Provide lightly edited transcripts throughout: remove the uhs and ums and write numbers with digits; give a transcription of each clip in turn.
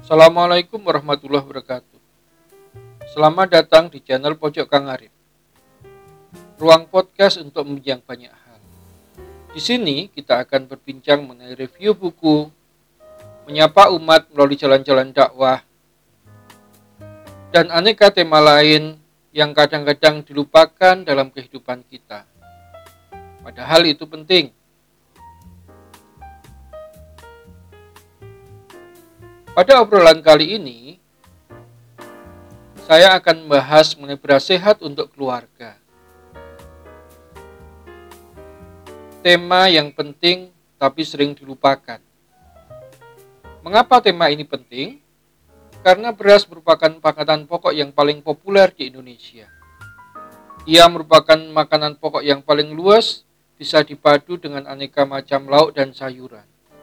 Assalamualaikum warahmatullahi wabarakatuh. Selamat datang di channel Pojok Kang Arif. Ruang podcast untuk menbincang banyak hal. Di sini kita akan berbincang mengenai review buku, menyapa umat melalui jalan-jalan dakwah, dan aneka tema lain yang kadang-kadang dilupakan dalam kehidupan kita. Padahal itu penting. Pada obrolan kali ini, saya akan membahas mengenai beras sehat untuk keluarga. Tema yang penting tapi sering dilupakan. Mengapa tema ini penting? Karena beras merupakan makanan pokok yang paling populer di Indonesia. Ia merupakan makanan pokok yang paling luas, bisa dipadu dengan aneka macam lauk dan sayuran.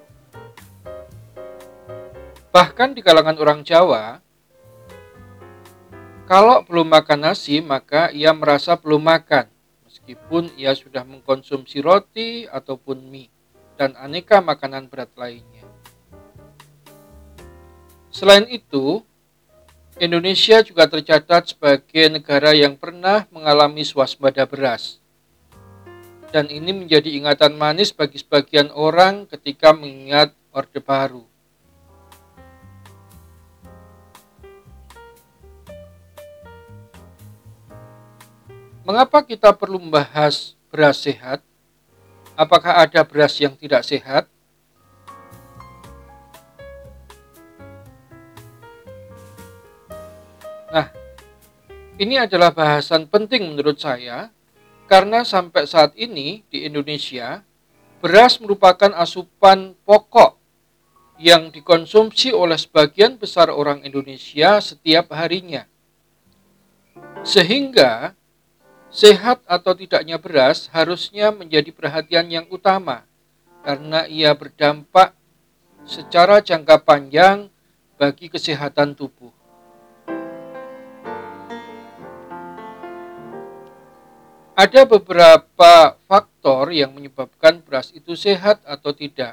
Bahkan di kalangan orang Jawa, kalau belum makan nasi, maka ia merasa belum makan, meskipun ia sudah mengkonsumsi roti ataupun mie, dan aneka makanan berat lainnya. Selain itu, Indonesia juga tercatat sebagai negara yang pernah mengalami swasembada beras. Dan ini menjadi ingatan manis bagi sebagian orang ketika mengingat Orde Baru. Mengapa kita perlu membahas beras sehat? Apakah ada beras yang tidak sehat? Nah, ini adalah bahasan penting menurut saya, karena sampai saat ini di Indonesia, beras merupakan asupan pokok yang dikonsumsi oleh sebagian besar orang Indonesia setiap harinya. Sehingga sehat atau tidaknya beras harusnya menjadi perhatian yang utama karena ia berdampak secara jangka panjang bagi kesehatan tubuh. Ada beberapa faktor yang menyebabkan beras itu sehat atau tidak.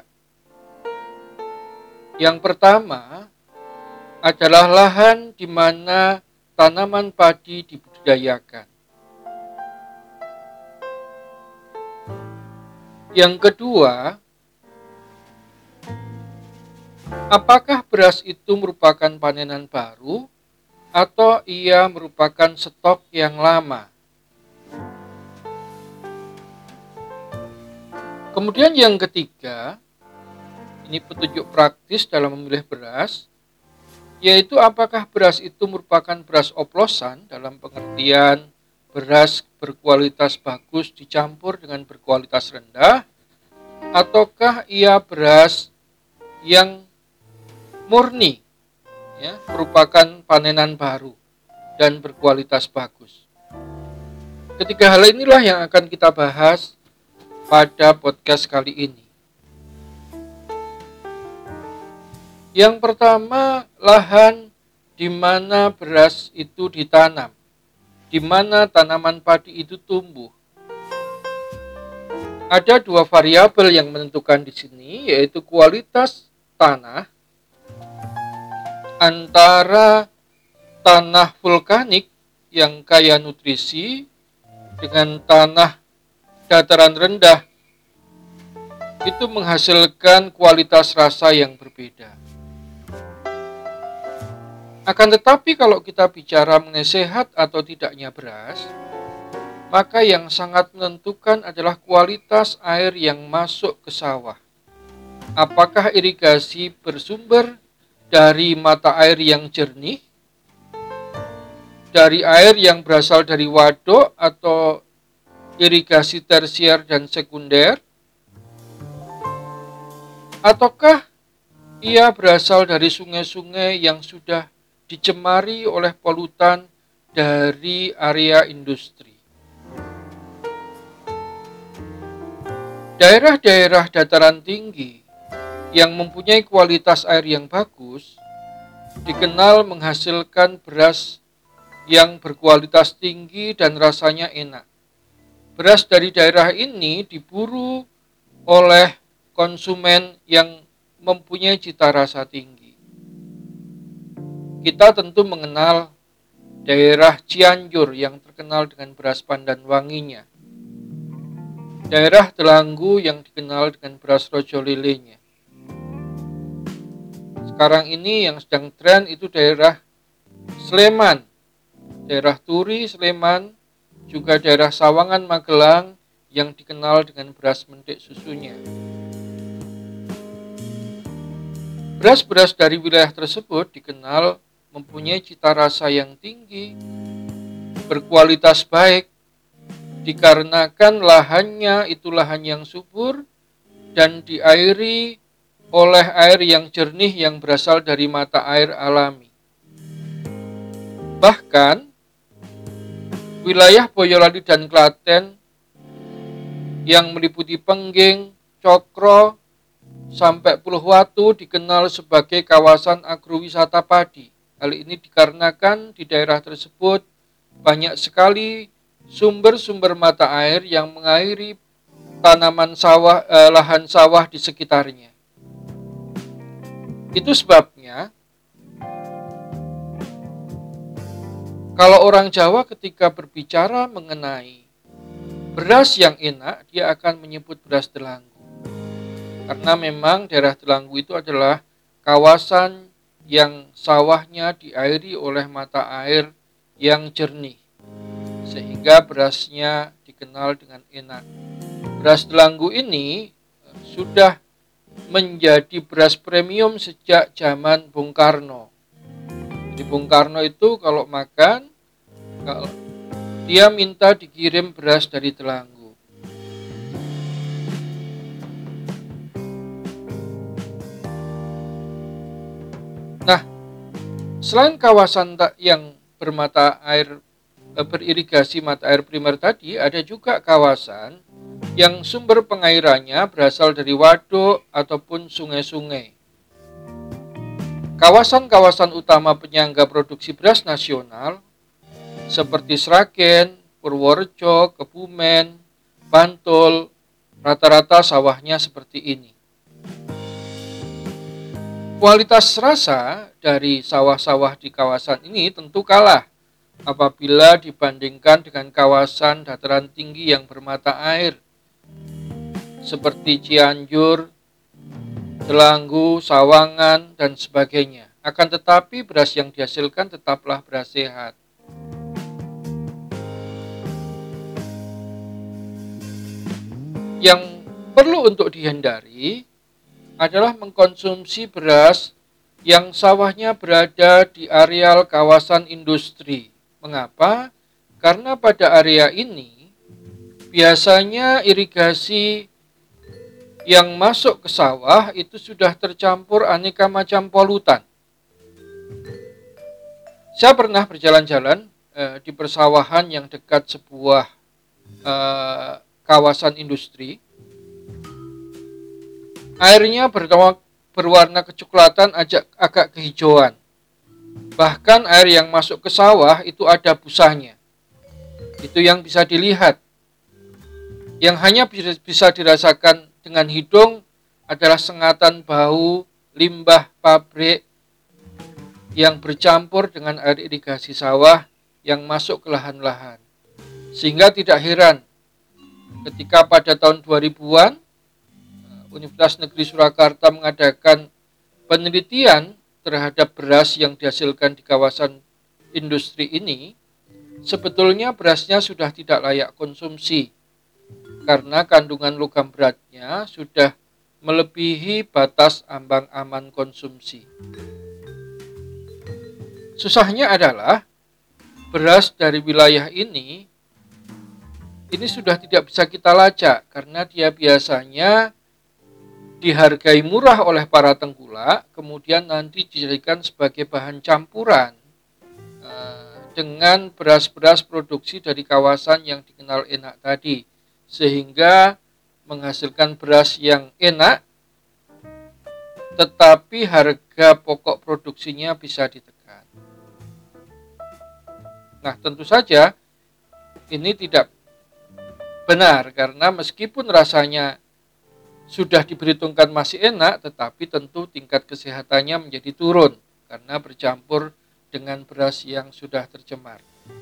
Yang pertama adalah lahan di mana tanaman padi dibudidayakan. Yang kedua, apakah beras itu merupakan panenan baru atau ia merupakan stok yang lama? Kemudian yang ketiga, ini petunjuk praktis dalam memilih beras, yaitu apakah beras itu merupakan beras oplosan dalam pengertian beras berkualitas bagus dicampur dengan berkualitas rendah, ataukah ia beras yang murni, merupakan panenan baru dan berkualitas bagus. Ketiga hal inilah yang akan kita bahas pada podcast kali ini. Yang pertama, lahan di mana beras itu ditanam, di mana tanaman padi itu tumbuh. Ada dua variabel yang menentukan di sini, yaitu kualitas tanah antara tanah vulkanik yang kaya nutrisi dengan tanah dataran rendah itu menghasilkan kualitas rasa yang berbeda. Akan tetapi kalau kita bicara mengenai sehat atau tidaknya beras, maka yang sangat menentukan adalah kualitas air yang masuk ke sawah. Apakah irigasi bersumber dari mata air yang jernih, dari air yang berasal dari waduk atau irigasi tersier dan sekunder, ataukah ia berasal dari sungai-sungai yang sudah dicemari oleh polutan dari area industri. Daerah-daerah dataran tinggi yang mempunyai kualitas air yang bagus dikenal menghasilkan beras yang berkualitas tinggi dan rasanya enak. Beras dari daerah ini diburu oleh konsumen yang mempunyai cita rasa tinggi. Kita tentu mengenal daerah Cianjur yang terkenal dengan beras pandan wanginya. Daerah Delanggu yang dikenal dengan beras rojo lelenya. Sekarang ini yang sedang tren itu daerah Sleman, daerah Turi, Sleman, juga daerah Sawangan, Magelang yang dikenal dengan beras mendik susunya. Beras-beras dari wilayah tersebut dikenal mempunyai cita rasa yang tinggi, berkualitas baik, dikarenakan lahannya itu lahan yang subur dan diairi oleh air yang jernih yang berasal dari mata air alami. Bahkan, wilayah Boyolali dan Klaten yang meliputi Pengging, Cokro, sampai Puluhwatu dikenal sebagai kawasan agrowisata padi. Hal ini dikarenakan di daerah tersebut banyak sekali sumber-sumber mata air yang mengairi tanaman sawah, lahan sawah di sekitarnya. Itu sebabnya kalau orang Jawa ketika berbicara mengenai beras yang enak, dia akan menyebut beras Delanggu. Karena memang daerah Delanggu itu adalah kawasan yang sawahnya diairi oleh mata air yang jernih, sehingga berasnya dikenal dengan enak. Beras Delanggu ini sudah menjadi beras premium sejak zaman Bung Karno. Jadi Bung Karno itu kalau makan, dia minta dikirim beras dari Delanggu. Nah, selain kawasan yang bermata air beririgasi mata air primer tadi, ada juga kawasan yang sumber pengairannya berasal dari waduk ataupun sungai-sungai. Kawasan-kawasan utama penyangga produksi beras nasional seperti Sragen, Purworejo, Kebumen, Bantul, rata-rata sawahnya seperti ini. Kualitas rasa dari sawah-sawah di kawasan ini tentu kalah apabila dibandingkan dengan kawasan dataran tinggi yang bermata air seperti Cianjur, Delanggu, Sawangan, dan sebagainya. Akan tetapi beras yang dihasilkan tetaplah beras sehat. Yang perlu untuk dihindari adalah mengkonsumsi beras yang sawahnya berada di areal kawasan industri. Mengapa? Karena pada area ini biasanya irigasi yang masuk ke sawah itu sudah tercampur aneka macam polutan. Saya pernah berjalan-jalan di persawahan yang dekat sebuah kawasan industri. Airnya berwarna kecoklatan agak kehijauan. Bahkan air yang masuk ke sawah itu ada busanya. Itu yang bisa dilihat. Yang hanya bisa dirasakan dengan hidung adalah sengatan bau limbah pabrik yang bercampur dengan air irigasi sawah yang masuk ke lahan-lahan. Sehingga tidak heran ketika pada tahun 2000-an Universitas Negeri Surakarta mengadakan penelitian terhadap beras yang dihasilkan di kawasan industri ini, sebetulnya berasnya sudah tidak layak konsumsi karena kandungan logam beratnya sudah melebihi batas ambang aman konsumsi. Susahnya adalah beras dari wilayah ini sudah tidak bisa kita lacak karena dia biasanya dihargai murah oleh para tengkulak, kemudian nanti dijadikan sebagai bahan campuran dengan beras-beras produksi dari kawasan yang dikenal enak tadi, sehingga menghasilkan beras yang enak, tetapi harga pokok produksinya bisa ditekan. Nah, tentu saja ini tidak benar karena meskipun rasanya sudah diperhitungkan masih enak, tetapi tentu tingkat kesehatannya menjadi turun karena bercampur dengan beras yang sudah tercemar.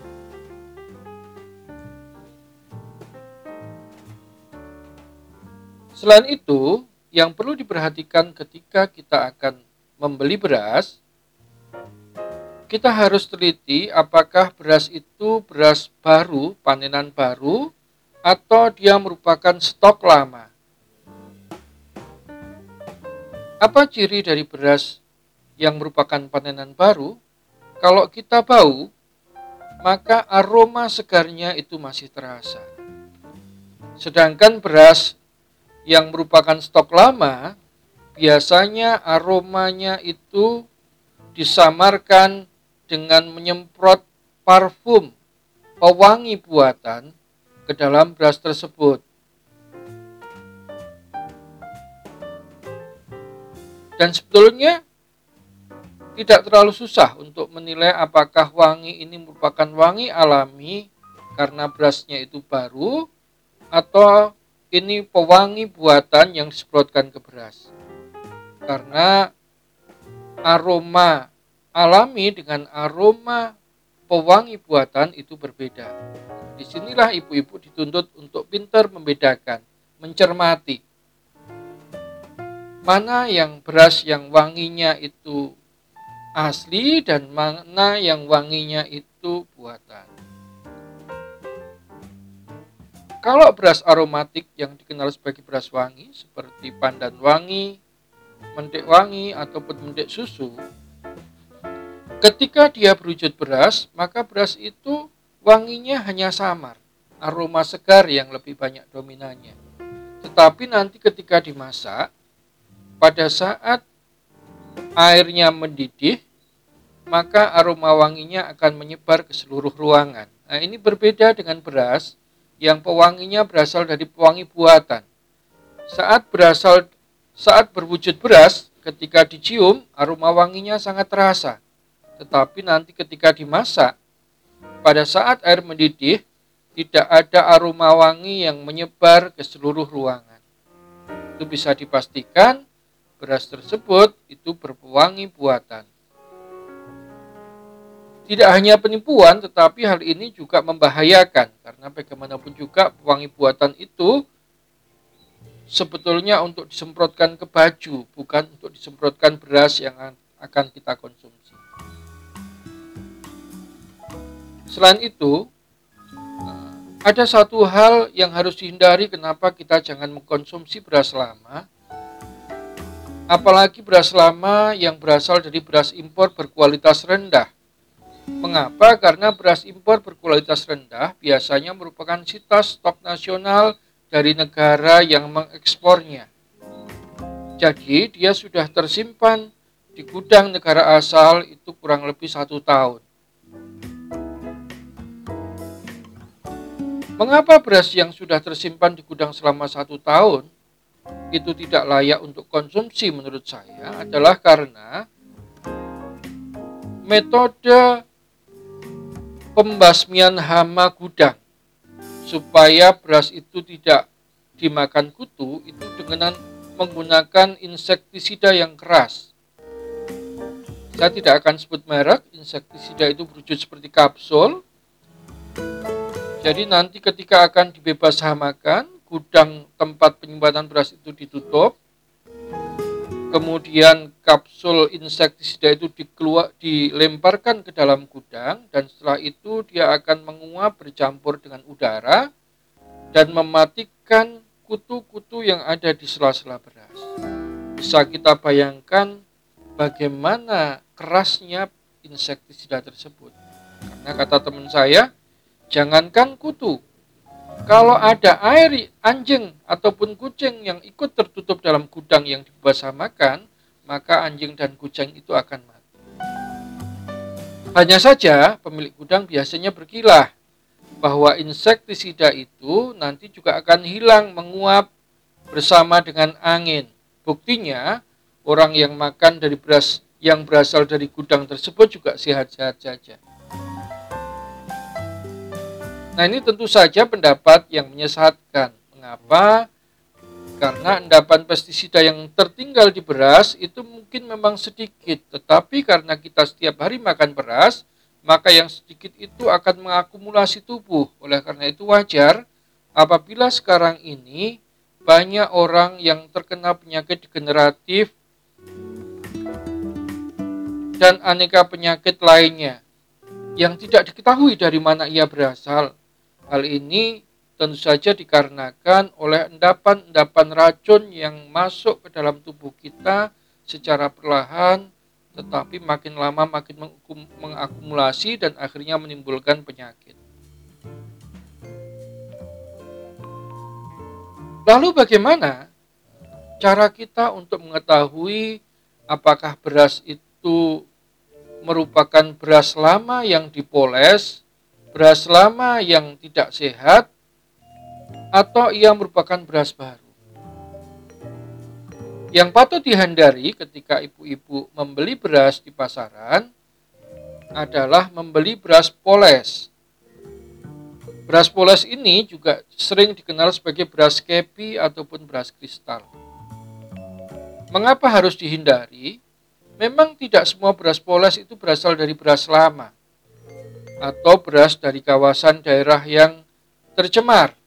Selain itu, yang perlu diperhatikan ketika kita akan membeli beras, kita harus teliti apakah beras itu beras baru, panenan baru, atau dia merupakan stok lama. Apa ciri dari beras yang merupakan panenan baru? Kalau kita bau, maka aroma segarnya itu masih terasa. Sedangkan beras yang merupakan stok lama, biasanya aromanya itu disamarkan dengan menyemprot parfum pewangi buatan ke dalam beras tersebut. Dan sebetulnya tidak terlalu susah untuk menilai apakah wangi ini merupakan wangi alami karena berasnya itu baru atau ini pewangi buatan yang disemprotkan ke beras. Karena aroma alami dengan aroma pewangi buatan itu berbeda. Disinilah ibu-ibu dituntut untuk pintar membedakan, mencermati mana yang beras yang wanginya itu asli dan mana yang wanginya itu buatan. Kalau beras aromatik yang dikenal sebagai beras wangi seperti pandan wangi, mendek wangi ataupun mendek susu, ketika dia berwujud beras, maka beras itu wanginya hanya samar, aroma segar yang lebih banyak dominannya. Tetapi nanti ketika dimasak, pada saat airnya mendidih, maka aroma wanginya akan menyebar ke seluruh ruangan. Nah, ini berbeda dengan beras yang pewanginya berasal dari pewangi buatan. Saat berwujud beras, ketika dicium, aroma wanginya sangat terasa. Tetapi nanti ketika dimasak, pada saat air mendidih, tidak ada aroma wangi yang menyebar ke seluruh ruangan. Itu bisa dipastikan beras tersebut itu berpewangi buatan. Tidak hanya penipuan, tetapi hal ini juga membahayakan. Karena bagaimanapun juga pewangi buatan itu sebetulnya untuk disemprotkan ke baju, bukan untuk disemprotkan beras yang akan kita konsumsi. Selain itu, ada satu hal yang harus dihindari kenapa kita jangan mengkonsumsi beras lama. Apalagi beras lama yang berasal dari beras impor berkualitas rendah. Mengapa? Karena beras impor berkualitas rendah biasanya merupakan sisa stok nasional dari negara yang mengekspornya. Jadi dia sudah tersimpan di gudang negara asal itu kurang lebih 1 tahun. Mengapa beras yang sudah tersimpan di gudang selama 1 tahun itu tidak layak untuk konsumsi menurut saya adalah karena metode pembasmian hama gudang supaya beras itu tidak dimakan kutu itu dengan menggunakan insektisida yang keras. Saya tidak akan sebut merek, insektisida itu berwujud seperti kapsul. Jadi nanti ketika akan dibebas hamakan, gudang tempat penyimpanan beras itu ditutup. Kemudian kapsul insektisida itu dilemparkan ke dalam gudang dan setelah itu dia akan menguap bercampur dengan udara dan mematikan kutu-kutu yang ada di sela-sela beras. Bisa kita bayangkan bagaimana kerasnya insektisida tersebut. Karena kata teman saya, jangankan kutu, kalau ada air anjing ataupun kucing yang ikut tertutup dalam gudang yang dibasahkan, maka anjing dan kucing itu akan mati. Hanya saja pemilik gudang biasanya berkilah bahwa insektisida itu nanti juga akan hilang menguap bersama dengan angin. Buktinya orang yang makan dari beras yang berasal dari gudang tersebut juga sehat-sehat saja. Nah, ini tentu saja pendapat yang menyesatkan. Mengapa Karena endapan pestisida yang tertinggal di beras itu mungkin memang sedikit, tetapi karena kita setiap hari makan beras, maka yang sedikit itu akan mengakumulasi tubuh. Oleh karena itu wajar apabila sekarang ini banyak orang yang terkena penyakit degeneratif dan aneka penyakit lainnya yang tidak diketahui dari mana ia berasal. Hal ini tentu saja dikarenakan oleh endapan-endapan racun yang masuk ke dalam tubuh kita secara perlahan, tetapi makin lama makin mengakumulasi dan akhirnya menimbulkan penyakit. Lalu bagaimana cara kita untuk mengetahui apakah beras itu merupakan beras lama yang dipoles, beras lama yang tidak sehat, atau ia merupakan beras baru? Yang patut dihindari ketika ibu-ibu membeli beras di pasaran adalah membeli beras poles. Beras poles ini juga sering dikenal sebagai beras kepi ataupun beras kristal. Mengapa harus dihindari? Memang tidak semua beras poles itu berasal dari beras lama atau beras dari kawasan daerah yang tercemar.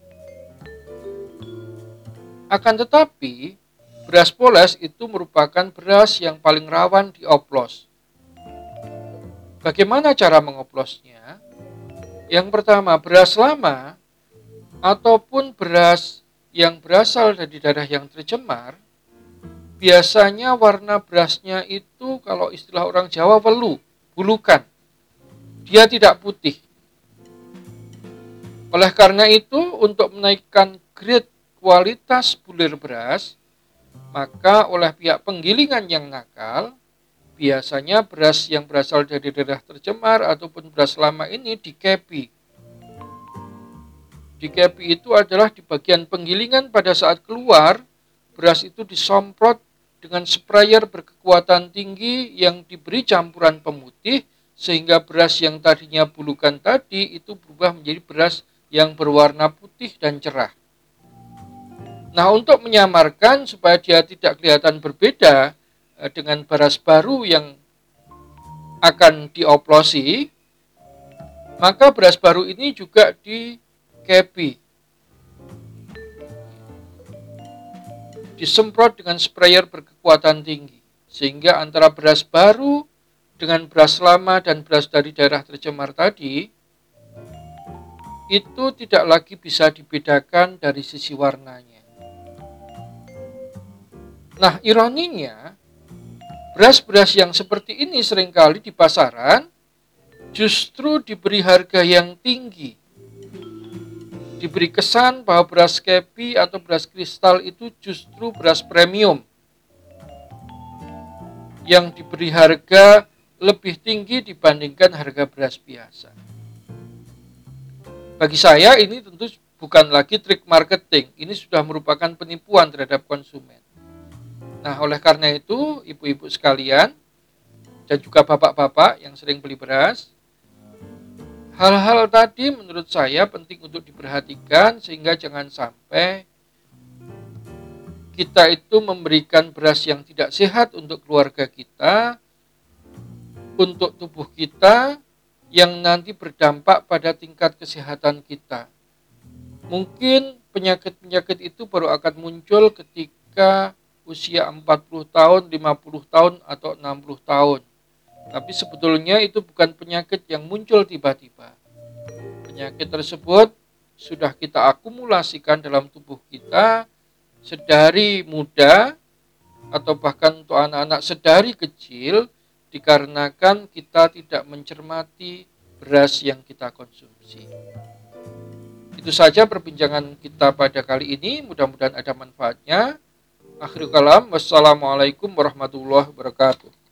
Akan tetapi, beras poles itu merupakan beras yang paling rawan dioplos. Bagaimana cara mengoplosnya? Yang pertama, beras lama ataupun beras yang berasal dari daerah yang tercemar, biasanya warna berasnya itu kalau istilah orang Jawa bulukan. Dia tidak putih. Oleh karena itu, untuk menaikkan grade kualitas bulir beras, maka oleh pihak penggilingan yang nakal, biasanya beras yang berasal dari daerah tercemar ataupun beras lama ini dikepi. Dikepi itu adalah di bagian penggilingan pada saat keluar, beras itu disemprot dengan sprayer berkekuatan tinggi yang diberi campuran pemutih, sehingga beras yang tadinya bulukan tadi itu berubah menjadi beras yang berwarna putih dan cerah. Nah, untuk menyamarkan supaya dia tidak kelihatan berbeda dengan beras baru yang akan dioplosi, maka beras baru ini juga dikepi. Disemprot dengan sprayer berkekuatan tinggi, sehingga antara beras baru dengan beras lama dan beras dari daerah tercemar tadi, itu tidak lagi bisa dibedakan dari sisi warnanya. Nah, ironinya, beras-beras yang seperti ini seringkali di pasaran justru diberi harga yang tinggi. Diberi kesan bahwa beras kepi atau beras kristal itu justru beras premium yang diberi harga lebih tinggi dibandingkan harga beras biasa. Bagi saya ini tentu bukan lagi trik marketing, ini sudah merupakan penipuan terhadap konsumen. Nah, oleh karena itu, ibu-ibu sekalian, dan juga bapak-bapak yang sering beli beras, hal-hal tadi menurut saya penting untuk diperhatikan, sehingga jangan sampai kita itu memberikan beras yang tidak sehat untuk keluarga kita, untuk tubuh kita, yang nanti berdampak pada tingkat kesehatan kita. Mungkin penyakit-penyakit itu baru akan muncul ketika usia 40 tahun, 50 tahun, atau 60 tahun. Tapi sebetulnya itu bukan penyakit yang muncul tiba-tiba. Penyakit tersebut sudah kita akumulasikan dalam tubuh kita sedari muda, atau bahkan untuk anak-anak sedari kecil, dikarenakan kita tidak mencermati beras yang kita konsumsi. Itu saja perbincangan kita pada kali ini, mudah-mudahan ada manfaatnya. Akhirul kalam, wassalamualaikum warahmatullahi wabarakatuh.